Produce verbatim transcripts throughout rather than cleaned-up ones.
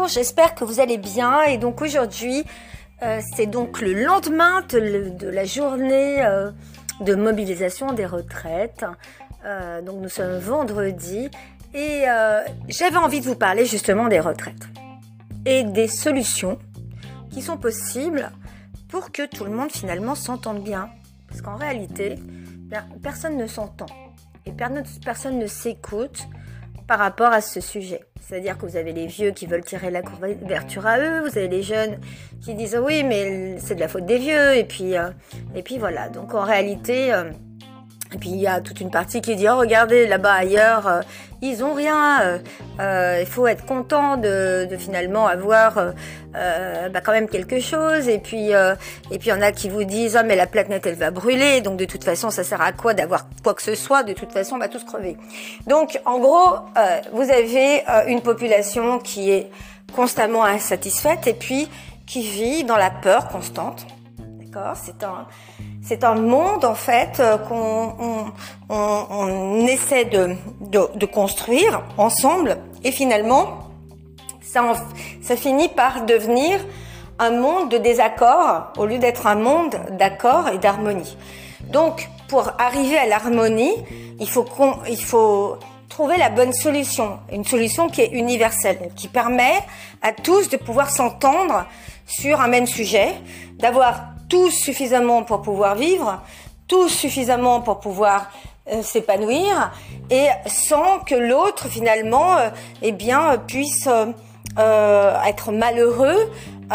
j'espère que vous allez bien. Et donc aujourd'hui, euh, c'est donc le lendemain de, de la journée euh, de mobilisation des retraites. Euh, donc nous sommes vendredi et euh, j'avais envie de vous parler justement des retraites et des solutions qui sont possibles pour que tout le monde finalement s'entende bien. Parce qu'en réalité, personne ne s'entend et personne ne s'écoute par rapport à ce sujet. C'est-à-dire que vous avez les vieux qui veulent tirer la couverture à eux, vous avez les jeunes qui disent oh oui mais c'est de la faute des vieux et puis euh, et puis voilà. Donc en réalité euh, et puis il y a toute une partie qui dit oh regardez là-bas ailleurs euh, ils ont rien. Euh, euh, il faut être content de, de finalement avoir euh, euh, bah, quand même quelque chose. Et puis euh, et puis il y en a qui vous disent oh mais la planète elle va brûler. Donc de toute façon ça sert à quoi d'avoir quoi que ce soit. De toute façon on va tous crever. Donc en gros euh, vous avez euh, une population qui est constamment insatisfaite et puis qui vit dans la peur constante. D'accord, c'est un C'est un monde en fait qu'on on, on, on essaie de, de, de construire ensemble et finalement ça, en, ça finit par devenir un monde de désaccord au lieu d'être un monde d'accord et d'harmonie. Donc pour arriver à l'harmonie, il faut qu'on, il faut trouver la bonne solution, une solution qui est universelle, qui permet à tous de pouvoir s'entendre sur un même sujet, d'avoir tous suffisamment pour pouvoir vivre, tous suffisamment pour pouvoir euh, s'épanouir et sans que l'autre finalement euh, eh bien puisse euh, euh, être malheureux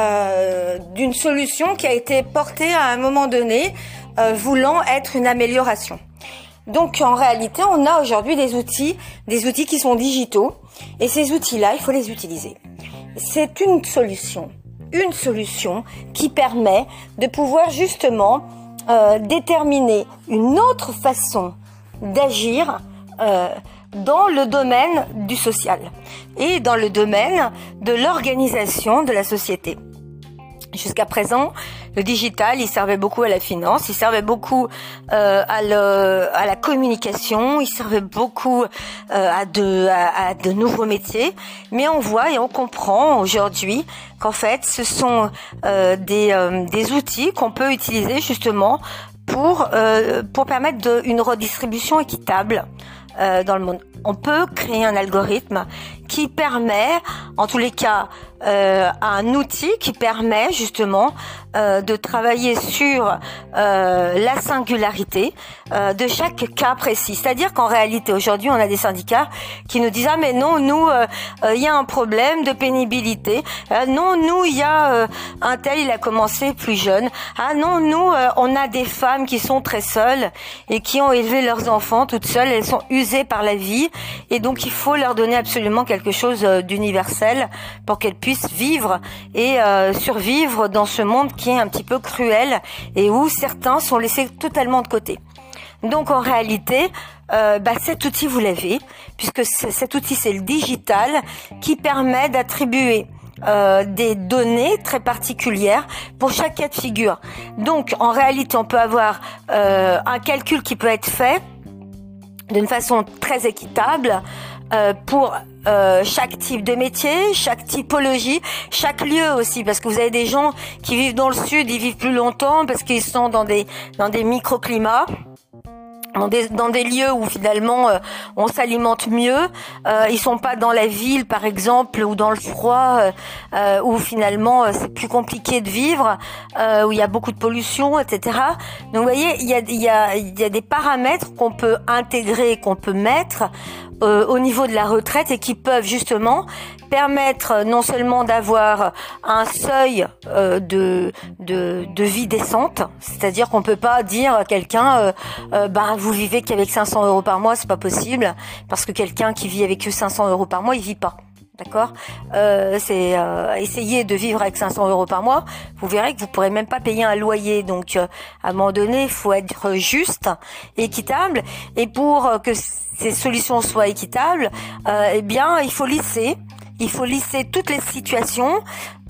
euh, d'une solution qui a été portée à un moment donné euh, voulant être une amélioration. Donc en réalité, on a aujourd'hui des outils, des outils qui sont digitaux et ces outils-là, il faut les utiliser. C'est une solution. Une solution qui permet de pouvoir justement euh, déterminer une autre façon d'agir euh, dans le domaine du social et dans le domaine de l'organisation de la société. Jusqu'à présent, le digital, il servait beaucoup à la finance, il servait beaucoup euh, à, le, à la communication, il servait beaucoup euh, à, de, à, à de nouveaux métiers. Mais on voit et on comprend aujourd'hui qu'en fait, ce sont euh, des, euh, des outils qu'on peut utiliser justement pour, euh, pour permettre de, une redistribution équitable euh, dans le monde. On peut créer un algorithme qui permet, en tous les cas, euh, un outil qui permet justement euh, de travailler sur euh, la singularité euh, de chaque cas précis. C'est-à-dire qu'en réalité, aujourd'hui, on a des syndicats qui nous disent ah mais non, nous, il euh, euh, y a un problème de pénibilité. Euh, non, nous, il y a euh, un tel, il a commencé plus jeune. Ah non, nous, euh, on a des femmes qui sont très seules et qui ont élevé leurs enfants toutes seules. Elles sont usées par la vie et donc il faut leur donner absolument quelque chose d'universel pour qu'elles puissent vivre et euh, survivre dans ce monde qui est un petit peu cruel et où certains sont laissés totalement de côté. Donc en réalité, euh, bah, cet outil vous l'avez, puisque cet outil c'est le digital qui permet d'attribuer euh, des données très particulières pour chaque cas de figure. Donc en réalité, on peut avoir euh, un calcul qui peut être fait d'une façon très équitable euh, pour euh, chaque type de métier, chaque typologie, chaque lieu aussi, parce que vous avez des gens qui vivent dans le sud, ils vivent plus longtemps parce qu'ils sont dans des dans des microclimats. Dans des, dans des lieux où finalement euh, on s'alimente mieux, euh, ils sont pas dans la ville par exemple ou dans le froid euh, euh, où finalement euh, c'est plus compliqué de vivre, euh, où il y a beaucoup de pollution, et cetera. Donc vous voyez, il y a, il y a, il y a des paramètres qu'on peut intégrer, qu'on peut mettre euh, au niveau de la retraite et qui peuvent justement permettre non seulement d'avoir un seuil euh, de, de de vie décente, c'est-à-dire qu'on peut pas dire à quelqu'un euh, euh, bah vous vivez qu'avec cinq cents euros par mois, c'est pas possible parce que quelqu'un qui vit avec que cinq cents euros par mois, il vit pas. D'accord, euh, c'est euh, essayer de vivre avec cinq cents euros par mois. Vous verrez que vous pourrez même pas payer un loyer. Donc, euh, à un moment donné, il faut être juste, équitable. Et pour que ces solutions soient équitables, euh, eh bien, il faut lisser. Il faut lisser toutes les situations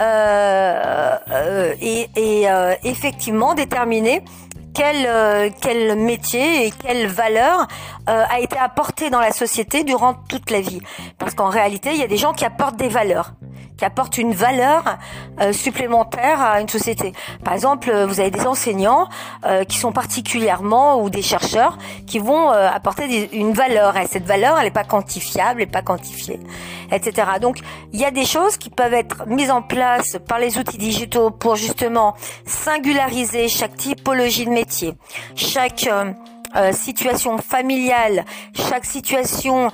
euh, euh, et, et euh, effectivement déterminer quel, euh, quel métier et quelle valeur euh, a été apporté dans la société durant toute la vie. Parce qu'en réalité, il y a des gens qui apportent des valeurs, qui apportent une valeur euh, supplémentaire à une société. Par exemple, vous avez des enseignants euh, qui sont particulièrement, ou des chercheurs qui vont euh, apporter des, une valeur. Et cette valeur, elle n'est pas quantifiable, elle n'est pas quantifiée, et cetera. Donc, il y a des choses qui peuvent être mises en place par les outils digitaux pour justement singulariser chaque typologie de métier, chaque euh, Euh, situation familiale, chaque situation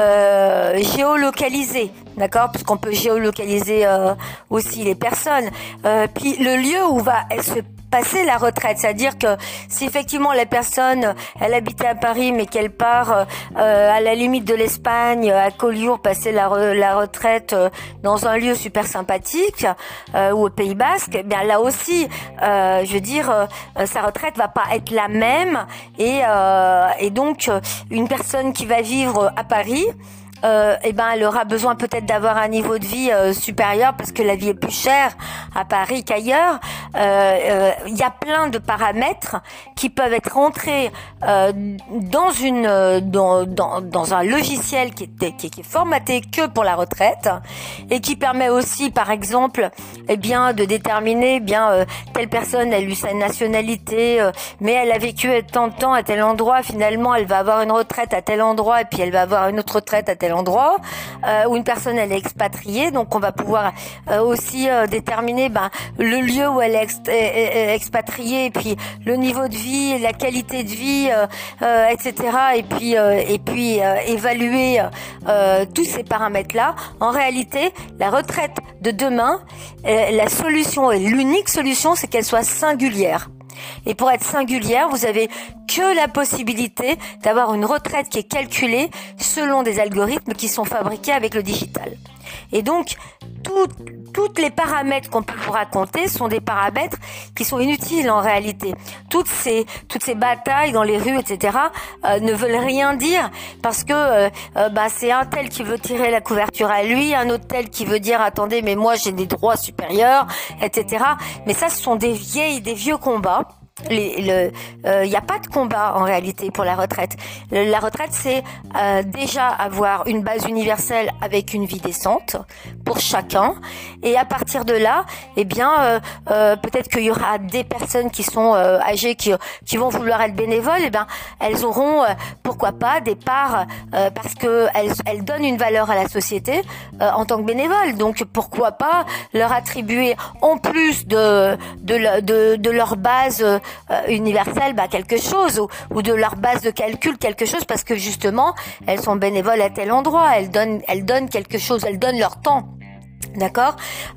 euh, géolocalisée, d'accord, parce qu'on peut géolocaliser euh, aussi les personnes, euh, puis le lieu où va se passer la retraite, c'est-à-dire que si effectivement la personne, elle habitait à Paris mais qu'elle part euh, à la limite de l'Espagne, à Collioure, passer la, re, la retraite euh, dans un lieu super sympathique euh, ou au Pays Basque, eh bien là aussi, euh, je veux dire, euh, sa retraite va pas être la même et, euh, et donc une personne qui va vivre à Paris, Euh, eh ben, elle aura besoin peut-être d'avoir un niveau de vie euh, supérieur parce que la vie est plus chère à Paris qu'ailleurs. Il euh, euh, y a plein de paramètres qui peuvent être rentrés euh, dans une dans, dans dans un logiciel qui est qui, qui est formaté que pour la retraite et qui permet aussi, par exemple, eh bien, de déterminer bien euh, telle personne a eu sa nationalité, euh, mais elle a vécu tant de temps à tel endroit. Finalement, elle va avoir une retraite à tel endroit et puis elle va avoir une autre retraite à tel endroit, euh, où une personne elle est expatriée, donc on va pouvoir euh, aussi euh, déterminer ben, le lieu où elle est, ex- est, est expatriée et puis le niveau de vie, la qualité de vie, euh, euh, et cetera. Et puis euh, et puis euh, évaluer euh, tous ces paramètres-là. En réalité, la retraite de demain, euh, la solution et l'unique solution, c'est qu'elle soit singulière. Et pour être singulière, vous avez que la possibilité d'avoir une retraite qui est calculée selon des algorithmes qui sont fabriqués avec le digital. Et donc, tout, toutes les paramètres qu'on peut vous raconter sont des paramètres qui sont inutiles en réalité. Toutes ces, toutes ces batailles dans les rues, et cetera, euh, ne veulent rien dire parce que euh, euh, bah, c'est un tel qui veut tirer la couverture à lui, un autre tel qui veut dire attendez mais moi j'ai des droits supérieurs, et cetera. Mais ça, ce sont des vieilles, des vieux combats. Il n'y euh, a pas de combat en réalité pour la retraite. Le, la retraite, c'est euh, déjà avoir une base universelle avec une vie décente pour chacun. Et à partir de là, eh bien, euh, euh, peut-être qu'il y aura des personnes qui sont euh, âgées qui, qui vont vouloir être bénévoles. Eh bien, elles auront, euh, pourquoi pas, des parts euh, parce que elles, elles donnent une valeur à la société euh, en tant que bénévoles. Donc, pourquoi pas leur attribuer en plus de de, de, de leur base euh, universelle, bah, quelque chose, ou, ou de leur base de calcul quelque chose, parce que justement elles sont bénévoles à tel endroit, elles donnent, elles donnent quelque chose, elles donnent leur temps. D'accord,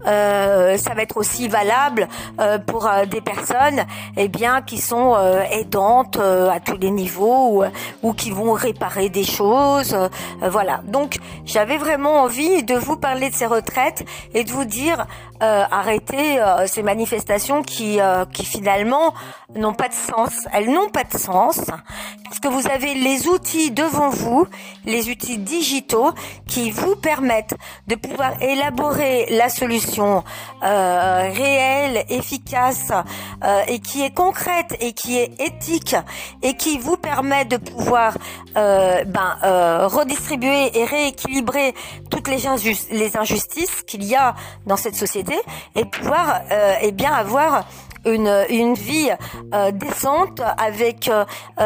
euh, ça va être aussi valable euh, pour euh, des personnes, eh bien, qui sont euh, aidantes euh, à tous les niveaux ou, ou qui vont réparer des choses. Euh, voilà. Donc, j'avais vraiment envie de vous parler de ces retraites et de vous dire euh, arrêtez euh, ces manifestations qui, euh, qui finalement n'ont pas de sens. Elles n'ont pas de sens parce que vous avez les outils devant vous, les outils digitaux qui vous permettent de pouvoir élaborer la solution euh, réelle, efficace euh, et qui est concrète et qui est éthique et qui vous permet de pouvoir euh, ben, euh, redistribuer et rééquilibrer toutes les, injust- les injustices qu'il y a dans cette société et pouvoir euh, eh bien avoir une une vie euh, décente avec euh,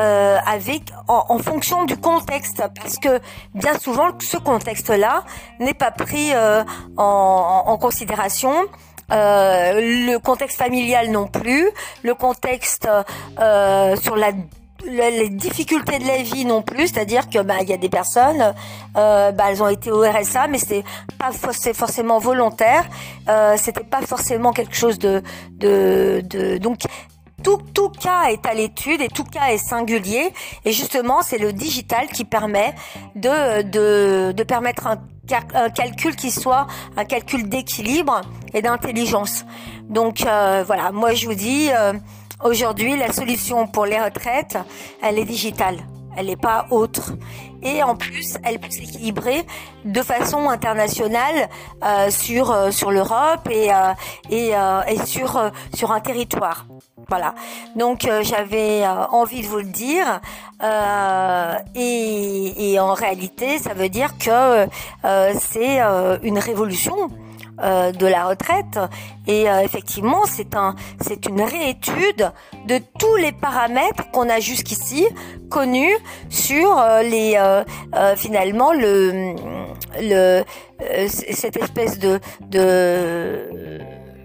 avec en, en fonction du contexte, parce que bien souvent ce contexte-là n'est pas pris euh, en, en considération. Euh, le contexte familial non plus, le contexte euh, sur la les difficultés de la vie non plus, c'est-à-dire que bah il y a des personnes, euh, bah elles ont été au R S A, mais c'est pas c'est forcément volontaire, euh, c'était pas forcément quelque chose de de de donc tout tout cas est à l'étude et tout cas est singulier et justement c'est le digital qui permet de de de permettre un un calcul qui soit un calcul d'équilibre et d'intelligence. Donc euh, voilà, moi je vous dis euh, aujourd'hui, la solution pour les retraites, elle est digitale. Elle n'est pas autre. Et en plus, elle peut s'équilibrer de façon internationale euh, sur euh, sur l'Europe et euh, et, euh, et sur euh, sur un territoire. Voilà. Donc euh, j'avais euh, envie de vous le dire. Euh, et, et en réalité, ça veut dire que euh, c'est euh, une révolution. euh, de la retraite. Et euh, effectivement, c'est un, c'est une réétude de tous les paramètres qu'on a jusqu'ici connus sur euh, les, euh, euh, finalement, le, le, euh, cette espèce de, de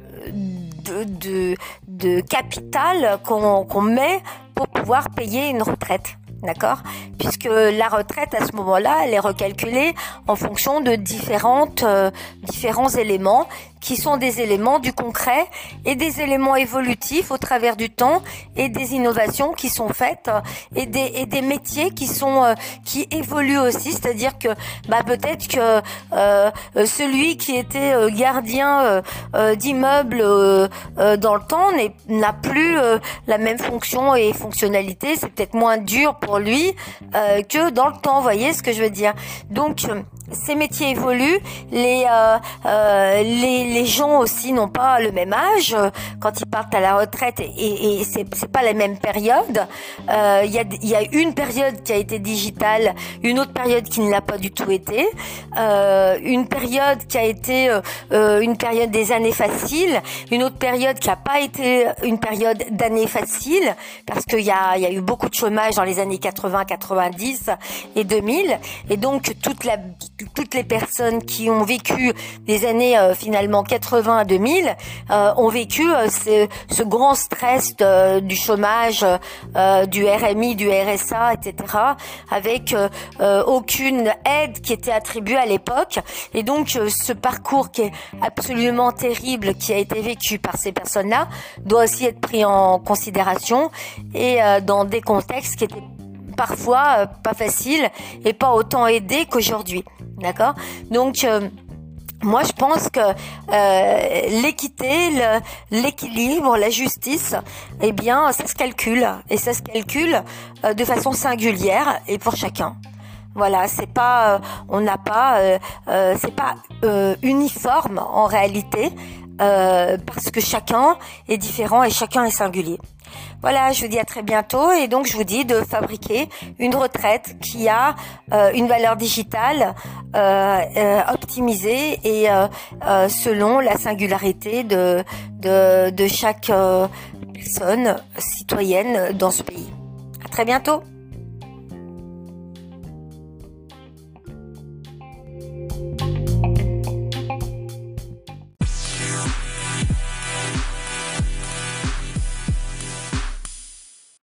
De, de, de capital qu'on qu'on met pour pouvoir payer une retraite. D'accord? Puisque la retraite, à ce moment-là, elle est recalculée en fonction de différentes, euh, différents éléments qui sont des éléments du concret et des éléments évolutifs au travers du temps et des innovations qui sont faites euh, et des et des métiers qui sont euh, qui évoluent aussi, c'est-à-dire que bah peut-être que euh, celui qui était euh, gardien euh, euh, d'immeuble euh, euh, dans le temps n'est n'a plus euh, la même fonction et fonctionnalité, c'est peut-être moins dur pour lui euh, que dans le temps, vous voyez ce que je veux dire. Donc euh, ces métiers évoluent, les euh, euh, les les gens aussi n'ont pas le même âge quand ils partent à la retraite et, et, et c'est c'est pas la même période. Euh, il y a il y a une période qui a été digitale, une autre période qui ne l'a pas du tout été, euh, une période qui a été euh, une période des années faciles, une autre période qui n'a pas été une période d'années faciles parce qu'il y a il y a eu beaucoup de chômage dans les années quatre-vingts, quatre-vingt-dix et deux mille et donc toute la toutes les personnes qui ont vécu des années euh, finalement quatre-vingts à deux mille euh, ont vécu euh, ce, ce grand stress de, du chômage, euh, du R M I, du R S A, et cetera, avec euh, euh, aucune aide qui était attribuée à l'époque. Et donc euh, ce parcours qui est absolument terrible, qui a été vécu par ces personnes-là, doit aussi être pris en considération et euh, dans des contextes qui étaient parfois euh, pas faciles et pas autant aidés qu'aujourd'hui. D'accord? Donc euh, moi, je pense que euh, l'équité, le, l'équilibre, la justice, eh bien, ça se calcule et ça se calcule euh, de façon singulière et pour chacun. Voilà, c'est pas, euh, on n'a pas, euh, euh, c'est pas euh, uniforme en réalité euh, parce que chacun est différent et chacun est singulier. Voilà, je vous dis à très bientôt et donc je vous dis de fabriquer une retraite qui a euh, une valeur digitale euh, euh, optimisée et euh, euh, selon la singularité de de, de chaque euh, personne citoyenne dans ce pays. À très bientôt.